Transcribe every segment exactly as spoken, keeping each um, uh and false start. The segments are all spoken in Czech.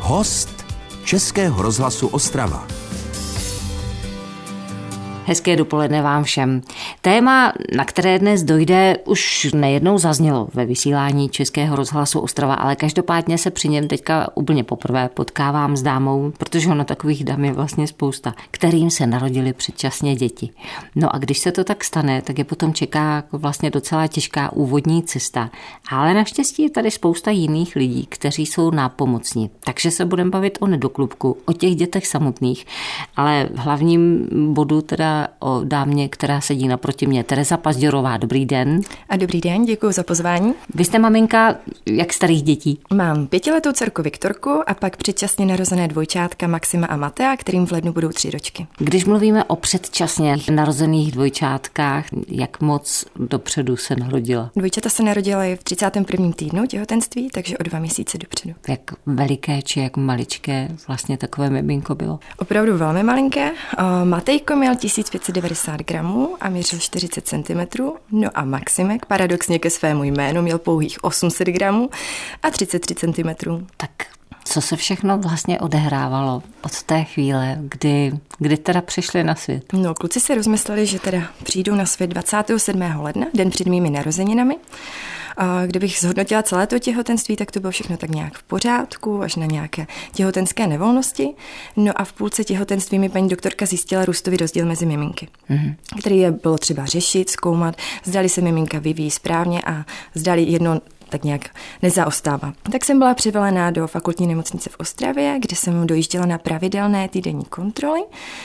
Host Českého rozhlasu Ostrava. Hezké dopoledne vám všem. Téma, na které dnes dojde, už nejednou zaznělo ve vysílání Českého rozhlasu Ostrava, ale každopádně se při něm teďka úplně poprvé potkávám s dámou, protože ono takových dám je vlastně spousta, kterým se narodily předčasně děti. No a když se to tak stane, tak je potom čeká jako vlastně docela těžká úvodní cesta. Ale naštěstí je tady spousta jiných lidí, kteří jsou nápomocní. Takže se budeme bavit o nedoklubku, o těch dětech samotných, ale v hlavním bodu teda o dámě, která sedí naproti mě. Tereza Pazděrová, dobrý den. A dobrý den, děkuji za pozvání. Vy jste maminka jak starých dětí? Mám pětiletou dcerku Viktorku a pak předčasně narozené dvojčátka Maxima a Matea, kterým v lednu budou tři ročky. Když mluvíme o předčasně narozených dvojčátkách, jak moc dopředu se narodila? Dvojčata se narodila v třicátém prvním týdnu těhotenství, takže o dva měsíce dopředu. Jak veliké či jak maličké vlastně takové miminko bylo? Opravdu velmi malinké. Matejko měl tisíc pět set devadesát gramů a měřil čtyřicet centimetrů. No a Maximek paradoxně ke svému jménu měl pouhých osm set gramů a třicet tři centimetrů. Tak co se všechno vlastně odehrávalo od té chvíle, kdy, kdy teda přišli na svět? No, kluci se rozmysleli, že teda přijdou na svět dvacátého sedmého ledna, den před mými narozeninami. A kdybych zhodnotila celé to těhotenství, tak to bylo všechno tak nějak v pořádku, až na nějaké těhotenské nevolnosti. No a v půlce těhotenství mi paní doktorka zjistila růstový rozdíl mezi miminky, mm-hmm. který je bylo třeba řešit, zkoumat, zdali se miminka vyvíjí správně a zdali jedno tak nějak nezaostává. Tak jsem byla přivelená do fakultní nemocnice v Ostravě, kde jsem dojížděla na pravidelné týdenní kontroly.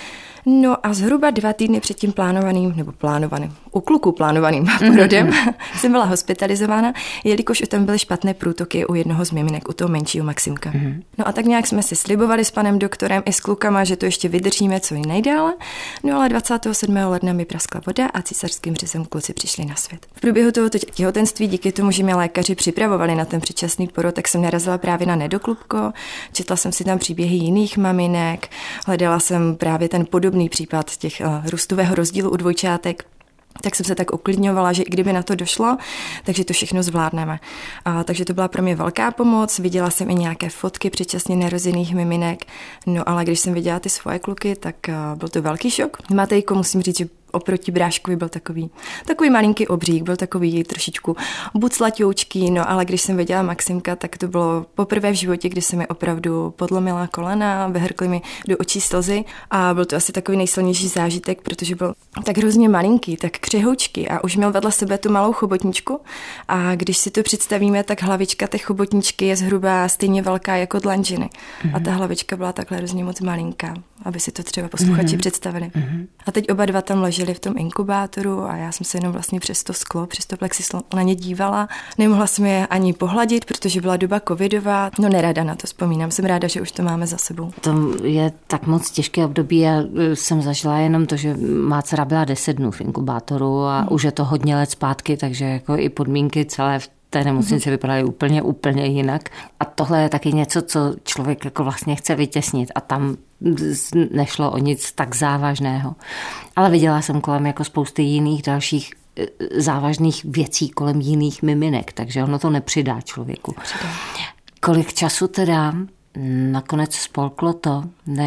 No a zhruba dva týdny před tím plánovaným, nebo plánovaným, u kluku plánovaným porodem mm-hmm. jsem byla hospitalizována, jelikož tam byly špatné průtoky u jednoho z miminek, u toho menšího Maximka. Mm-hmm. No a tak nějak jsme si slibovali s panem doktorem i s klukama, že to ještě vydržíme co i nejdále. No ale dvacátého sedmého ledna mi praskla voda a císařským řezem kluci přišli na svět. V průběhu tohoto těhotenství, díky tomu, že mě lékaři připravovali na ten předčasný porod, tak jsem narazila právě na nedoklubko, četla jsem si tam příběhy jiných maminek, hledala jsem právě ten podobný případ těch uh, růstového rozdílu u dvojčátek. Tak jsem se tak uklidňovala, že i kdyby na to došlo, takže to všechno zvládneme. A, takže to byla pro mě velká pomoc. Viděla jsem i nějaké fotky předčasně narozených miminek, no ale když jsem viděla ty svoje kluky, tak uh, byl to velký šok. Matejko, musím říct, že oproti bráškovi byl takový, takový malinký obřík, byl takový trošičku buclatoučký, no ale když jsem viděla Maximka, tak to bylo poprvé v životě, kdy se mi opravdu podlomila kolena, vyhrkly mi do očí slzy a byl to asi takový nejsilnější zážitek, protože byl tak hrozně malinký, tak křehoučký a už měl vedle sebe tu malou chobotničku a když si to představíme, tak hlavička té chobotničky je zhruba stejně velká jako dlanžiny mm-hmm. a ta hlavička byla takhle hrozně moc malinká, aby si to třeba posluchači mm-hmm. představili. Mm-hmm. A teď oba dva tam leželi v tom inkubátoru a já jsem se jenom vlastně přes to sklo, přes to plexislo na ně dívala. Nemohla jsem je ani pohladit, protože byla doba covidová. No nerada na to vzpomínám, jsem ráda, že už to máme za sebou. To je tak moc těžké období. Já jsem zažila jenom to, že má dcera byla deset dnů v inkubátoru a hmm. už je to hodně let zpátky, takže jako i podmínky celé v té nemocnice mm-hmm. vypadaly úplně, úplně jinak. A tohle je taky něco, co člověk jako vlastně chce vytěsnit a tam nešlo o nic tak závažného. Ale viděla jsem kolem jako spousty jiných dalších závažných věcí kolem jiných miminek, takže ono to nepřidá člověku. Přidá. Kolik času teda nakonec spolklo to,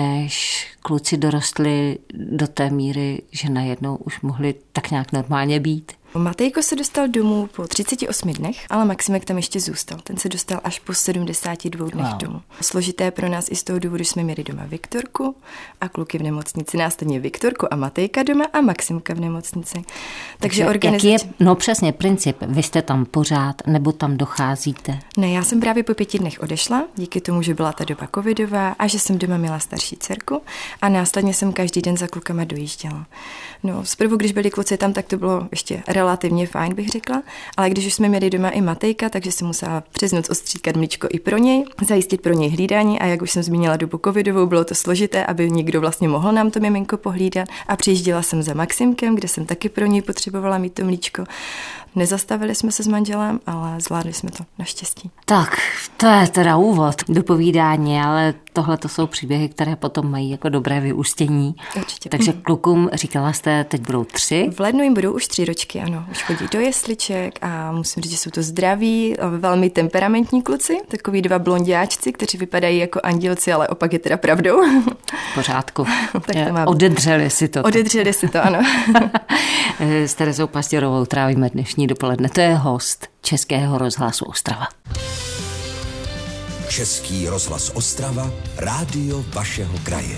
než kluci dorostli do té míry, že najednou už mohli tak nějak normálně být? Matejko se dostal domů po třiceti osmi dnech, ale Maximek tam ještě zůstal. Ten se dostal až po sedmdesáti dvou dnech wow. domů. Složité pro nás i z toho důvodu, že jsme měli doma Viktorku a kluky v nemocnici, následně Viktorku a Matejka doma a Maximka v nemocnici. Takže, Takže organizace... Jaký je, no přesně, princip? Vy jste tam pořád nebo tam docházíte? Ne, já jsem právě po pěti dnech odešla, díky tomu, že byla ta doba covidová a že jsem doma měla starší dcerku a následně jsem každý den za klukama dojížděla. No, zprvu, když byli kluci tam, tak to bylo ještě relativně fajn, bych řekla, ale když už jsme měli doma i Matejka, takže jsem musela přes noc ostříkat mlíčko i pro něj, zajistit pro něj hlídání a jak už jsem zmínila dobu covidovou, bylo to složité, aby někdo vlastně mohl nám to miminko pohlídat a přijížděla jsem za Maximkem, kde jsem taky pro něj potřebovala mít to mlíčko. Nezastavili jsme se s manželem, ale zvládli jsme to naštěstí. Tak, To je teda úvod do povídání, ale tohle to jsou příběhy, které potom mají jako dobré vyústění. Určitě. Takže klukům, říkala jste, teď budou tři? V lednu jim budou už tři ročky, ano. Už chodí do jesliček a musím říct, že jsou to zdraví, velmi temperamentní kluci, takový dva blondiáčci, kteří vypadají jako andělci, ale opak je teda pravdou. V pořádku. Tak to má... Odedřeli si to. Odedřeli si to, ano. S Terezou Pastěrovou trávíme dnešní dopoledne. To je host Českého rozhlasu Ostrava. Český rozhlas Ostrava, rádio vašeho kraje.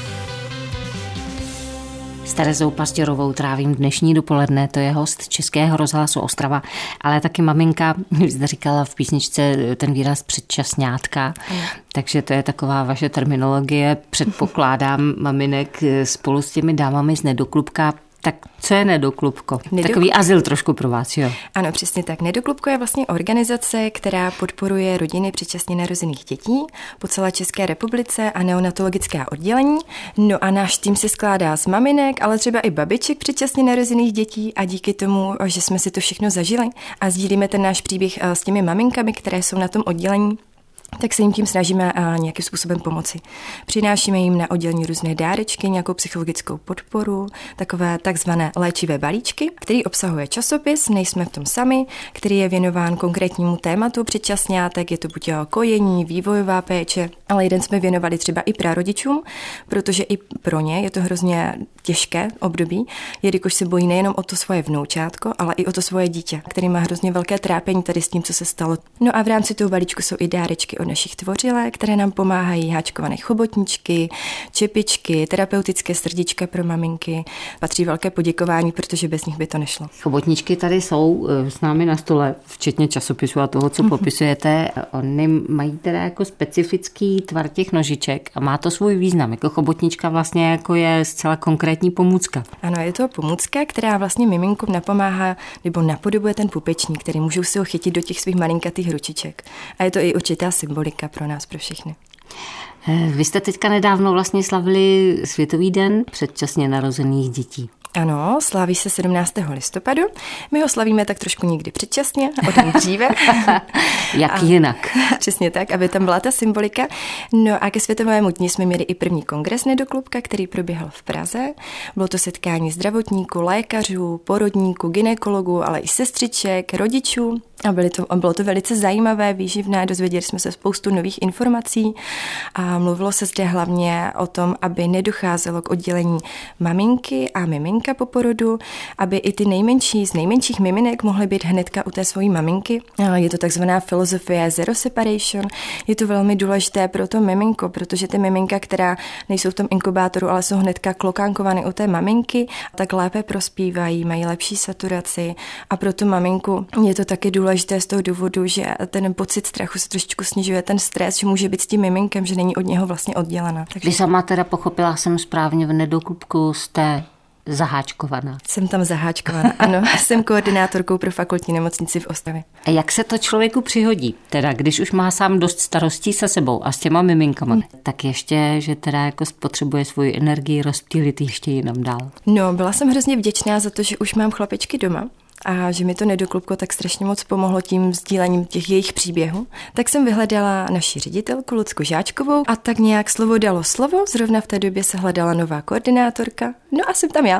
S Terezou Pastěrovou trávím dnešní dopoledne, to je host Českého rozhlasu Ostrava, ale taky maminka, zde říkala v písničce ten výraz předčasňátka, takže to je taková vaše terminologie, předpokládám maminek spolu s těmi dámami z Nedoklubka. Tak co je Nedoklubko? Nedoklub... Takový azyl trošku pro vás, jo? Ano, přesně tak. Nedoklubko je vlastně organizace, která podporuje rodiny předčasně narozených dětí po celé České republice a neonatologická oddělení. No a náš tým se skládá z maminek, ale třeba i babiček předčasně narozených dětí a díky tomu, že jsme si to všechno zažili a sdílíme ten náš příběh s těmi maminkami, které jsou na tom oddělení, tak se jim tím snažíme nějakým způsobem pomoci. Přinášíme jim na oddělení různé dárečky, nějakou psychologickou podporu, takové takzvané léčivé balíčky, který obsahuje časopis, nejsme v tom sami, který je věnován konkrétnímu tématu předčasňátek, je to buď kojení, vývojová péče, ale jeden jsme věnovali třeba i prarodičům, protože i pro ně je to hrozně těžké období, jelikož se bojí nejenom o to svoje vnoučátko, ale i o to svoje dítě, který má hrozně velké trápení tady s tím, co se stalo. No a v rámci toho balíčku jsou i dárečky od našich tvořilek, které nám pomáhají, háčkované chobotničky, čepičky, terapeutické srdíčka pro maminky. Patří velké poděkování, protože bez nich by to nešlo. Chobotničky tady jsou s námi na stole, včetně časopisu a toho, co popisujete. Oni mají teda jako specifický tvar těch nožiček a má to svůj význam. Jako chobotnička vlastně jako je zcela konkrétní pomůcka. Ano, je to pomůcka, která vlastně miminkům napomáhá nebo napodobuje ten pupečník, který můžou si ho chytit do těch svých malinkatých ručiček. A je to i určitá symbolika pro nás, pro všechny. Vy jste teďka nedávno vlastně slavili Světový den předčasně narozených dětí. Ano, slaví se sedmnáctého listopadu. My ho slavíme tak trošku někdy předčasně, o den dříve. Jak a, jinak. Přesně tak, aby tam byla ta symbolika. No a ke Světovému dni jsme měli i první kongres Nedoklubka, který proběhl v Praze. Bylo to setkání zdravotníků, lékařů, porodníků, gynekologů, ale i sestřiček, rodičů. A bylo to, bylo to velice zajímavé, výživné, dozvěděli jsme se spoustu nových informací a mluvilo se zde hlavně o tom, aby nedocházelo k oddělení maminky a miminka po porodu, aby i ty nejmenší z nejmenších miminek mohly být hnedka u té svojí maminky. Je to takzvaná filozofie zero separation. Je to velmi důležité pro to miminko, protože ty miminka, která nejsou v tom inkubátoru, ale jsou hnedka klokánkované u té maminky, tak lépe prospívají, mají lepší saturaci a pro tu maminku je to taky důležité z toho důvodu, že ten pocit strachu se trošičku snižuje, ten stres, že může být s tím miminkem, že není od něho vlastně oddělena. Takže... Vy sama teda pochopila jsem správně, v Nedoklubku jste zaháčkovaná. Jsem tam zaháčkovaná, ano. Jsem koordinátorkou pro fakultní nemocnici v Ostravě. A jak se to člověku přihodí? Teda, když už má sám dost starostí se sebou a s těma miminkama, hmm. tak ještě, že teda jako spotřebuje svoji energii rozptýlit ještě jinam dál. No, byla jsem hrozně vděčná za to, že už mám chlapečky doma. A že mi to Nedoklubko tak strašně moc pomohlo tím sdílením těch jejich příběhů, tak jsem vyhledala naši ředitelku Lucku Žáčkovou a tak nějak slovo dalo slovo. Zrovna v té době se hledala nová koordinátorka. No a jsem tam já.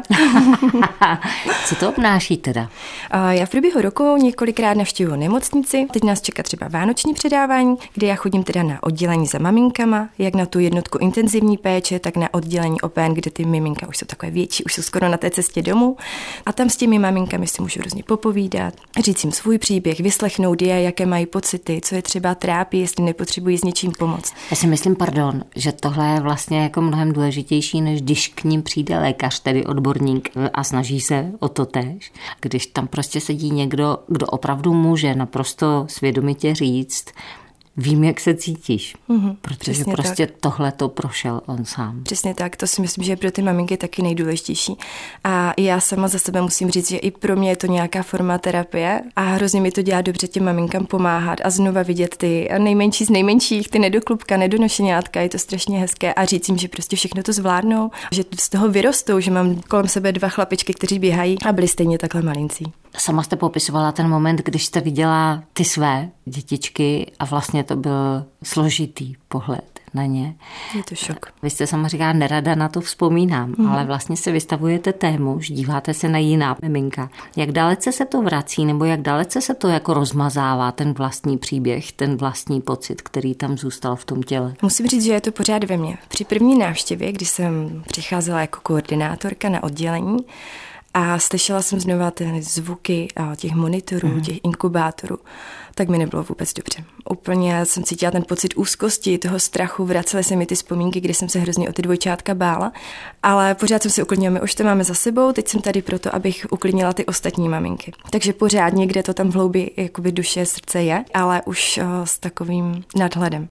Co to obnáší teda? A já v průběhu roku několikrát navštěvuju nemocnici. Teď nás čeká třeba vánoční předávání, kde já chodím teda na oddělení za maminkama, jak na tu jednotku intenzivní péče, tak na oddělení O P N, kde ty miminka už jsou takové větší, už jsou skoro na té cestě domů. A tam s těmi maminkami si můžu různě popovídat, říct jim svůj příběh, vyslechnout je, jaké mají pocity, co je třeba trápí, jestli nepotřebují s něčím pomoct. Já si myslím, pardon, že tohle je vlastně jako mnohem důležitější, než když k ním přijde lékař, tedy odborník a snaží se o to též. Když tam prostě sedí někdo, kdo opravdu může naprosto svědomitě říct, vím, jak se cítíš, mm-hmm, protože prostě tohle to prošel on sám. Přesně tak, to si myslím, že je pro ty maminky taky nejdůležitější. A já sama za sebe musím říct, že i pro mě je to nějaká forma terapie a hrozně mi to dělá dobře těm maminkám pomáhat a znova vidět ty nejmenší z nejmenších, ty Nedoklubka, nedonošeňátka, je to strašně hezké a říct jim, že prostě všechno to zvládnou, že z toho vyrostou, že mám kolem sebe dva chlapičky, kteří běhají a byli stejně takhle malincí. Sama jste popisovala ten moment, když jste viděla ty své dětičky a vlastně to byl složitý pohled na ně. Je to šok. Vy jste sama říká, nerada na to vzpomínám, mm. ale vlastně se vystavujete tému, že díváte se na jiná miminka. Jak dalece se to vrací, nebo jak dalece se to jako rozmazává, ten vlastní příběh, ten vlastní pocit, který tam zůstal v tom těle? Musím říct, že je to pořád ve mně. Při první návštěvě, když jsem přicházela jako koordinátorka na oddělení, a slyšela jsem znova ty zvuky těch monitorů, mm. těch inkubátorů, tak mi nebylo vůbec dobře. Úplně jsem cítila ten pocit úzkosti, toho strachu, vracely se mi ty vzpomínky, kdy jsem se hrozně o ty dvojčátka bála, ale pořád jsem si uklidnila, my už to máme za sebou, teď jsem tady proto, abych uklidnila ty ostatní maminky. Takže pořád někde to tam v hloubi jakoby duše, srdce je, ale už o, s takovým nadhledem.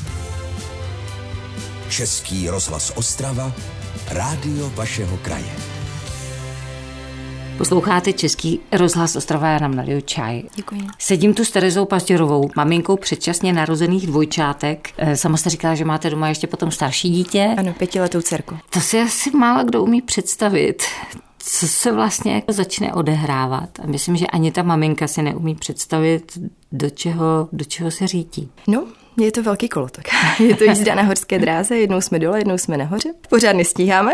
Český rozhlas Ostrava, rádio vašeho kraje. Posloucháte Český rozhlas Ostrava, já nám naliju čaj. Děkuji. Sedím tu s Terezou Pastěrovou, maminkou předčasně narozených dvojčátek. Sama jste říkala, že máte doma ještě potom starší dítě. Ano, pětiletou dcerku. To si asi málo kdo umí představit, co se vlastně jako začne odehrávat. A myslím, že ani ta maminka si neumí představit, do čeho, do čeho se řítí. No, je to velký kolotok. Je to jízda na horské dráze, jednou jsme dole, jednou jsme nahoře. Pořád nestíháme,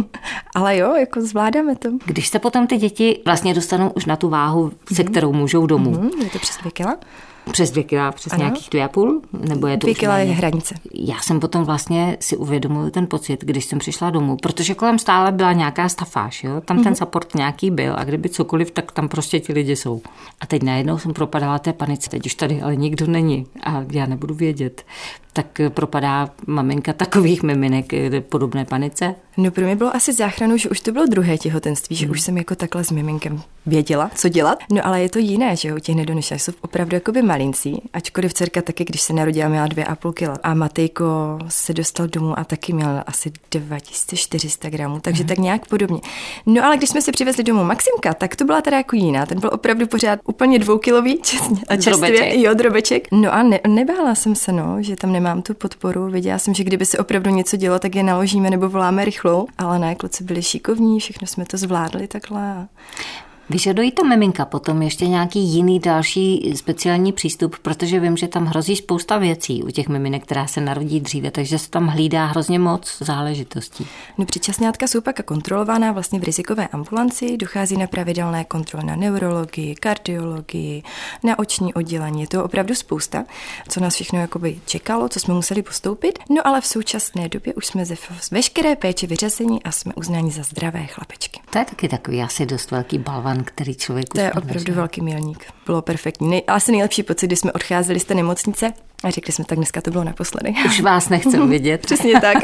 ale jo, jako zvládáme to. Když se potom ty děti vlastně dostanou už na tu váhu, se kterou můžou domů. Mm-hmm, je to přes dvě kila. Přes dvě kila, přes ano. Nějakých dvě a půl? Nebo je to dvě kila je hranice. Já jsem potom vlastně si uvědomuji ten pocit, když jsem přišla domů, protože kolem stále byla nějaká stafáž, jo? Tam mm-hmm. ten support nějaký byl a kdyby cokoliv, tak tam prostě ti lidi jsou. A teď najednou jsem propadala té panice, teď už tady ale nikdo není a já nebudu vědět. Tak propadá maminka takových miminek podobné panice? No pro mě bylo asi záchranou, že už to bylo druhé těhotenství, že mm. už jsem jako takhle s miminkem věděla, co dělat. No ale je to jiné, že u těch nedonešlých jsou opravdu jakoby malincí, ačkoliv dcerka taky, když se narodila, měla dvě a půl kila. A Matejko se dostal domů a taky měl asi dva tisíce čtyři sta gramů, takže mm. tak nějak podobně. No ale když jsme si přivezli domů Maximka, tak to byla teda jako jiná. Ten byl opravdu pořád úplně dvoukilový a čerstvě, jo, drobeček. No a ne, nebála jsem se, no, že tam nemám tu podporu. Věděla jsem, že kdyby se opravdu něco dělo, tak je naložíme nebo voláme rychlou, ale ne, kluci byli šikovní, všechno jsme to zvládli takhle. Vyžadují to miminka potom ještě nějaký jiný další speciální přístup, protože vím, že tam hrozí spousta věcí u těch miminek, která se narodí dříve, takže se tam hlídá hrozně moc záležitostí. No předčasňátka jsou pak kontrolovaná vlastně v rizikové ambulanci, dochází na pravidelné kontroly na neurologii, kardiologii, na oční oddělení, je to opravdu spousta, co nás všechno jakoby čekalo, co jsme museli postoupit, no ale v současné době už jsme ze veškeré péče vyřazení a jsme uznáni za zdravé chlapečky. To je taky takový asi dost velký balvan, který člověk To je opravdu velký milník. Bylo perfektní. Nej, asi nejlepší pocit, když jsme odcházeli z té nemocnice a řekli jsme, tak dneska to bylo naposledy. Už vás nechcem vidět. Přesně tak.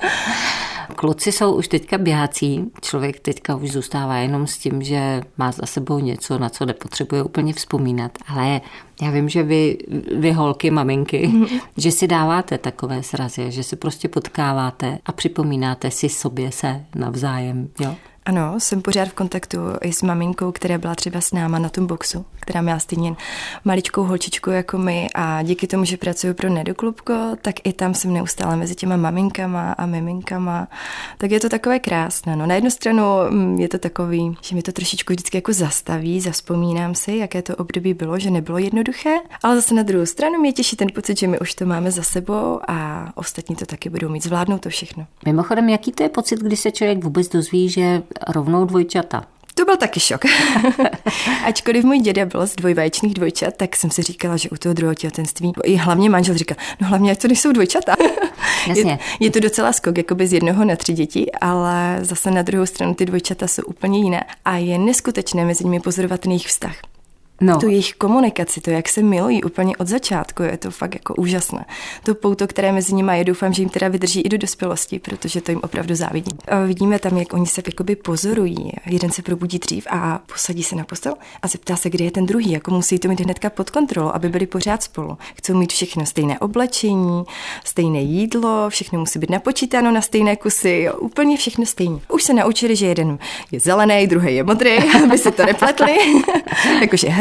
Kluci jsou už teďka běhací. Člověk teďka už zůstává jenom s tím, že má za sebou něco, na co nepotřebuje úplně vzpomínat. Ale já vím, že vy, vy holky, maminky, mm-hmm. že si dáváte takové srazy, že se prostě potkáváte a připomínáte si sobě se navzájem, jo? Ano, jsem pořád v kontaktu i s maminkou, která byla třeba s náma na tom boxu, která měla stejně maličkou holčičku jako my a díky tomu, že pracuju pro Nedoklubko, tak i tam jsem neustále mezi těma maminkama a miminkama. Tak je to takové krásné. No, na jednu stranu je to takový, že mi to trošičku vždycky jako zastaví, zavzpomínám si, jaké to období bylo, že nebylo jednoduché, ale zase na druhou stranu mě těší ten pocit, že my už to máme za sebou a ostatní to taky budou mít, zvládnou to všechno. Mimochodem, jaký to je pocit, když se člověk vůbec dozví, že rovnou dvojčata? To byl taky šok. Ačkoliv můj děda byl z dvojvaječných dvojčat, tak jsem si říkala, že u toho druhého těhotenství i hlavně manžel říkal, no hlavně jak to nejsou dvojčata. Jasně. Je, je to docela skok, jakoby z jednoho na tři děti, ale zase na druhou stranu ty dvojčata jsou úplně jiné a je neskutečné mezi nimi pozorovat ten jejich vztah. No. Tu jejich komunikaci, to, jak se milují úplně od začátku, je to fakt jako úžasné. To pouto, které mezi nimi je, doufám, že jim teda vydrží i do dospělosti, protože to jim opravdu závidím. A vidíme tam, jak oni se jakoby pozorují. Jeden se probudí dřív a posadí se na postel a zeptá se, kde je ten druhý, jako musí to mít hnedka pod kontrolou, aby byli pořád spolu. Chcou mít všechno stejné oblečení, stejné jídlo, všechno musí být napočítáno na stejné kusy, jo, úplně všechno stejné. Už se naučili, že jeden je zelený, druhý je modrý, aby se to nepletli. Jakože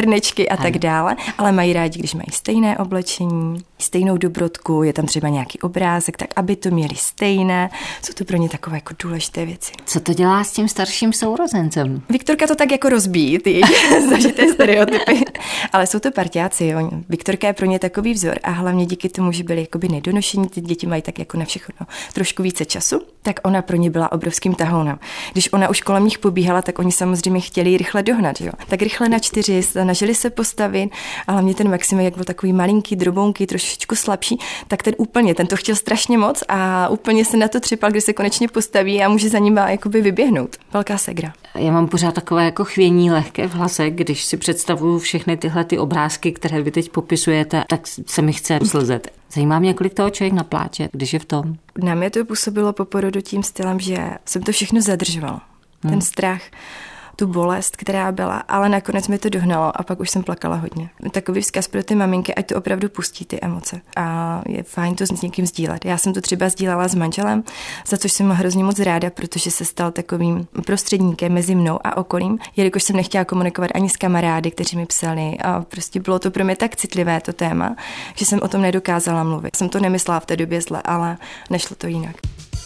hrnečky a tak dále, ale mají rádi, když mají stejné oblečení, stejnou dobrotku, je tam třeba nějaký obrázek, tak aby to měli stejné. Jsou to pro ně takové jako důležité věci. Co to dělá s tím starším sourozencem? Viktorka to tak jako rozbíjí, ty zažité stereotypy. Ale jsou to parťáci, jo. Viktorka je pro ně takový vzor a hlavně díky tomu, že byli jakoby nedonošení, ty děti mají tak jako na všechno trošku více času, tak ona pro ně byla obrovským tahounem. Když ona už kolem nich pobíhala, tak oni samozřejmě chtěli ji rychle dohnat, jo. Tak rychle na čtyři, snažili se postavit a hlavně ten Maxim, jak byl takový malinký, drobounký, trošičku slabší, tak ten úplně, ten to chtěl strašně moc a úplně se na to třepal, když se konečně postaví a může za ním jakoby vyběhnout. Velká segra. Já mám pořád takové jako chvění lehké v hlase, když si představuju všechny tyhle ty obrázky, které vy teď popisujete, tak se mi chce slzet. Zajímá mě, kolik toho člověk napláče, když je v tom. Na mě to působilo po porodu tím stylem, že jsem to všechno zadržovala. Hmm. Ten strach, tu bolest, která byla, ale nakonec mi to dohnalo a pak už jsem plakala hodně. Takový vzkaz pro ty maminky, ať to opravdu pustí ty emoce. A je fajn to s někým sdílet. Já jsem to třeba sdílela s manželem, za což jsem hrozně moc ráda, protože se stal takovým prostředníkem mezi mnou a okolím, jelikož jsem nechtěla komunikovat ani s kamarády, kteří mi psali a prostě bylo to pro mě tak citlivé to téma, že jsem o tom nedokázala mluvit. Jsem to nemyslela v té době zle, ale nešlo to jinak.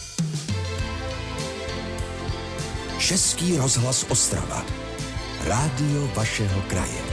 Český rozhlas Ostrava. Rádio vašeho kraje.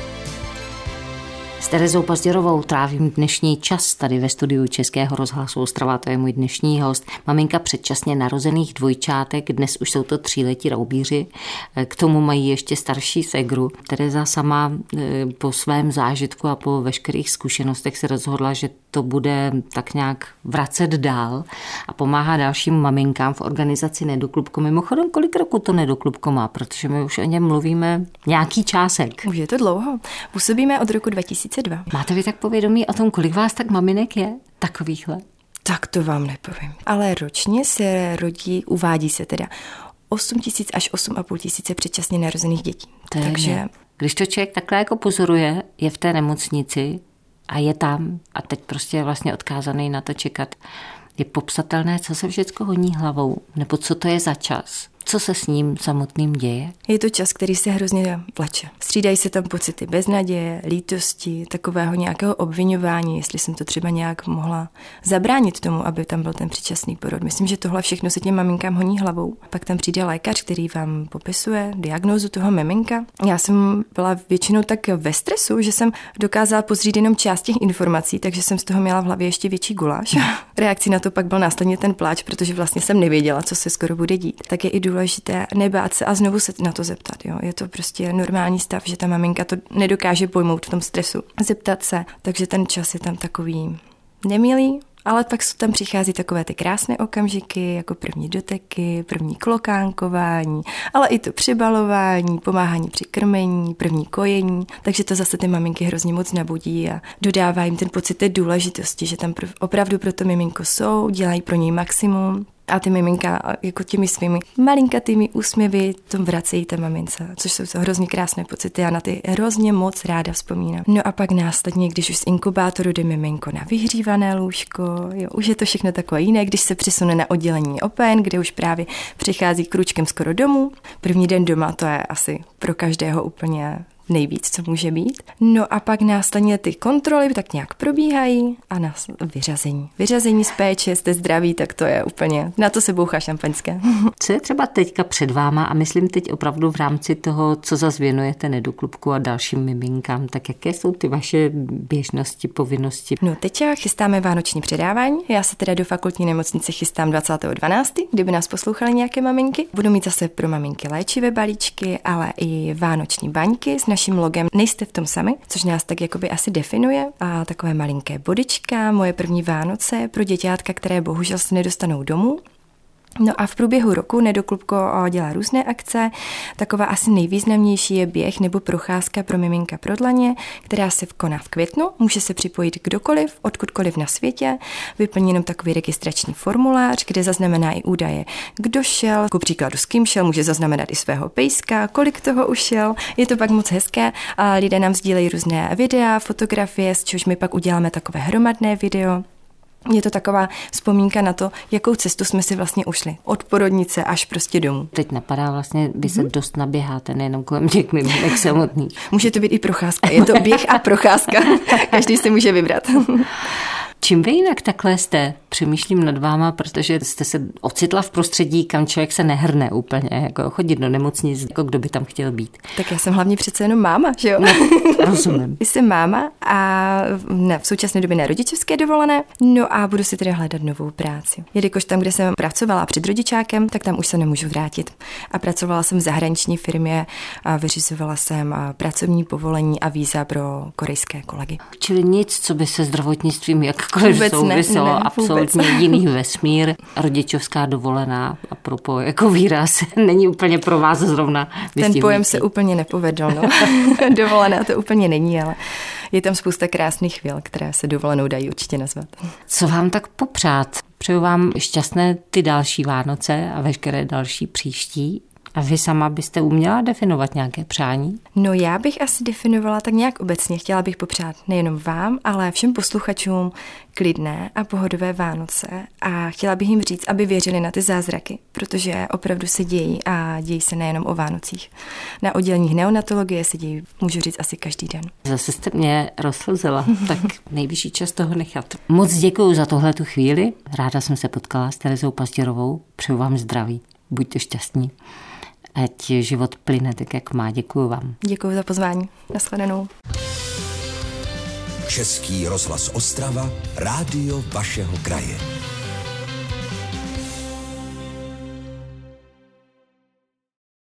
S Terezou Pazděrovou trávím dnešní čas tady ve studiu Českého rozhlasu Ostrava, to je můj dnešní host. Maminka předčasně narozených dvojčátek, dnes už jsou to tříletí raubíři, k tomu mají ještě starší segru. Tereza sama po svém zážitku a po veškerých zkušenostech se rozhodla, že to bude tak nějak vracet dál a pomáhá dalším maminkám v organizaci Nedoklubko. Mimochodem, kolik roku to Nedoklubko má, protože my už o něm mluvíme nějaký čásek. Už je to dlouho. Působíme od roku dva tisíce dva. Máte vy tak povědomí o tom, kolik vás tak maminek je takovýchhle? Tak to vám nepovím. Ale ročně se rodí, uvádí se teda osm tisíc až osm a půl tisíce předčasně narozených dětí. To Takže je, když to člověk takhle jako pozoruje, je v té nemocnici a je tam a teď prostě je vlastně odkázaný na to čekat, je popsatelné, co se všechno honí hlavou, nebo co to je za čas. Co se s ním samotným děje? Je to čas, který se hrozně vleče. Střídají se tam pocity beznaděje, lítosti, takového nějakého obviňování, jestli jsem to třeba nějak mohla zabránit tomu, aby tam byl ten předčasný porod. Myslím, že tohle všechno se těm maminkám honí hlavou. Pak tam přijde lékař, který vám popisuje diagnózu toho miminka. Já jsem byla většinou tak ve stresu, že jsem dokázala pozřít jenom část těch informací, takže jsem z toho měla v hlavě ještě větší guláš. Reakcí na to pak byl následně ten pláč, protože vlastně jsem nevěděla, co se skoro bude dít. Tak je i důležité nebát se a znovu se na to zeptat. Jo. Je to prostě normální stav, že ta maminka to nedokáže pojmout v tom stresu. Zeptat se, takže ten čas je tam takový nemilý, ale pak tam přichází takové ty krásné okamžiky, jako první doteky, první klokánkování, ale i to přibalování, pomáhání při krmení, první kojení, takže to zase ty maminky hrozně moc nabudí a dodává jim ten pocit té důležitosti, že tam opravdu pro to miminko jsou, dělají pro něj maximum. A ty miminka jako těmi svými malinkatými úsměvy tom vracejí té mamince, což jsou to hrozně krásné pocity a na ty hrozně moc ráda vzpomínám. No a pak následně, když už z inkubátoru jde miminko na vyhřívané lůžko, jo, už je to všechno takové jiné, když se přesune na oddělení O P N, kde už právě přichází kručkem skoro domů. První den doma, to je asi pro každého úplně nejvíc, co může být. No a pak následně ty kontroly tak nějak probíhají a nás vyřazení. Vyřazení z péče, jste zdraví, tak to je úplně, na to se bouchá šampaňské. Co je třeba teďka před váma a myslím teď opravdu v rámci toho, co zase věnujete Nedoklubku a dalším miminkám, tak jaké jsou ty vaše běžnosti, povinnosti? No teď chystáme vánoční předávání. Já se teda do fakultní nemocnice chystám dvacátého dvanáctého kdyby nás poslouchaly nějaké maminky. Budu mít zase pro maminky léčivé balíčky, ale i vánoční baňky s naším logem Nejste v tom sami, což nás tak jakoby asi definuje. A takové malinké bodička, moje první Vánoce pro děťátka, které bohužel se nedostanou domů. No a v průběhu roku Nedoklubko dělá různé akce. Taková asi nejvýznamnější je běh nebo procházka pro miminka pro dlaně, která se koná v květnu. Může se připojit kdokoliv, odkudkoliv na světě. Vyplní jenom takový registrační formulář, kde zaznamená i údaje, kdo šel, ku příkladu s kým šel, může zaznamenat i svého pejska, kolik toho už šel. Je to pak moc hezké a lidé nám sdílejí různé videa, fotografie, z čehož my pak uděláme takové hromadné video. Je to taková vzpomínka na to, jakou cestu jsme si vlastně ušli. Od porodnice až prostě domů. Teď napadá vlastně, vy se mm-hmm. dost naběháte, nejenom kolem těch miminek samotných. Může to být i procházka. Je to běh a procházka. Každý si může vybrat. Čím vy jinak takhle jste? Přemýšlím nad váma, protože jste se ocitla v prostředí, kam člověk se nehrne úplně, jako chodit do nemocnic, jako kdo by tam chtěl být. Tak já jsem hlavně přece jenom máma, že jo? No, rozumím. Jsem máma a v současné době na rodičovské dovolené, no a budu si tedy hledat novou práci. Jelikož tam, kde jsem pracovala před rodičákem, tak tam už se nemůžu vrátit. A pracovala jsem v zahraniční firmě a vyřizovala jsem pracovní povolení a víza pro korejské kolegy. Čili nic, co by se zdravotnictvím jakkoliv vůbec souviselo, ne, ne, absolutně jiný vesmír. Rodičovská dovolená, apropo jako výraz, není úplně pro vás zrovna. Ten pojem se úplně nepovedl, no. Dovolená to úplně není, ale je tam spousta krásných chvíl, které se dovolenou dají určitě nazvat. Co vám tak popřát? Přeju vám šťastné ty další Vánoce a veškeré další příští. A vy sama byste uměla definovat nějaké přání? No já bych asi definovala tak nějak obecně. Chtěla bych popřát nejenom vám, ale všem posluchačům klidné a pohodové Vánoce. A chtěla bych jim říct, aby věřili na ty zázraky, protože opravdu se dějí a dějí se nejenom o Vánocích. Na oddělení neonatologie se dějí, můžu říct, asi každý den. Zase jste mě rozslzela, tak nejvyšší čas toho nechat. Moc děkuju za tohletu chvíli. Ráda jsem se potkala s Terezou Pazděrovou. Přeju vám zdraví. Buďte šťastní. Ať život plyne tak, jak má. Děkuju vám. Děkuju za pozvání. Nashledanou. Český rozhlas Ostrava, rádio vašeho kraje.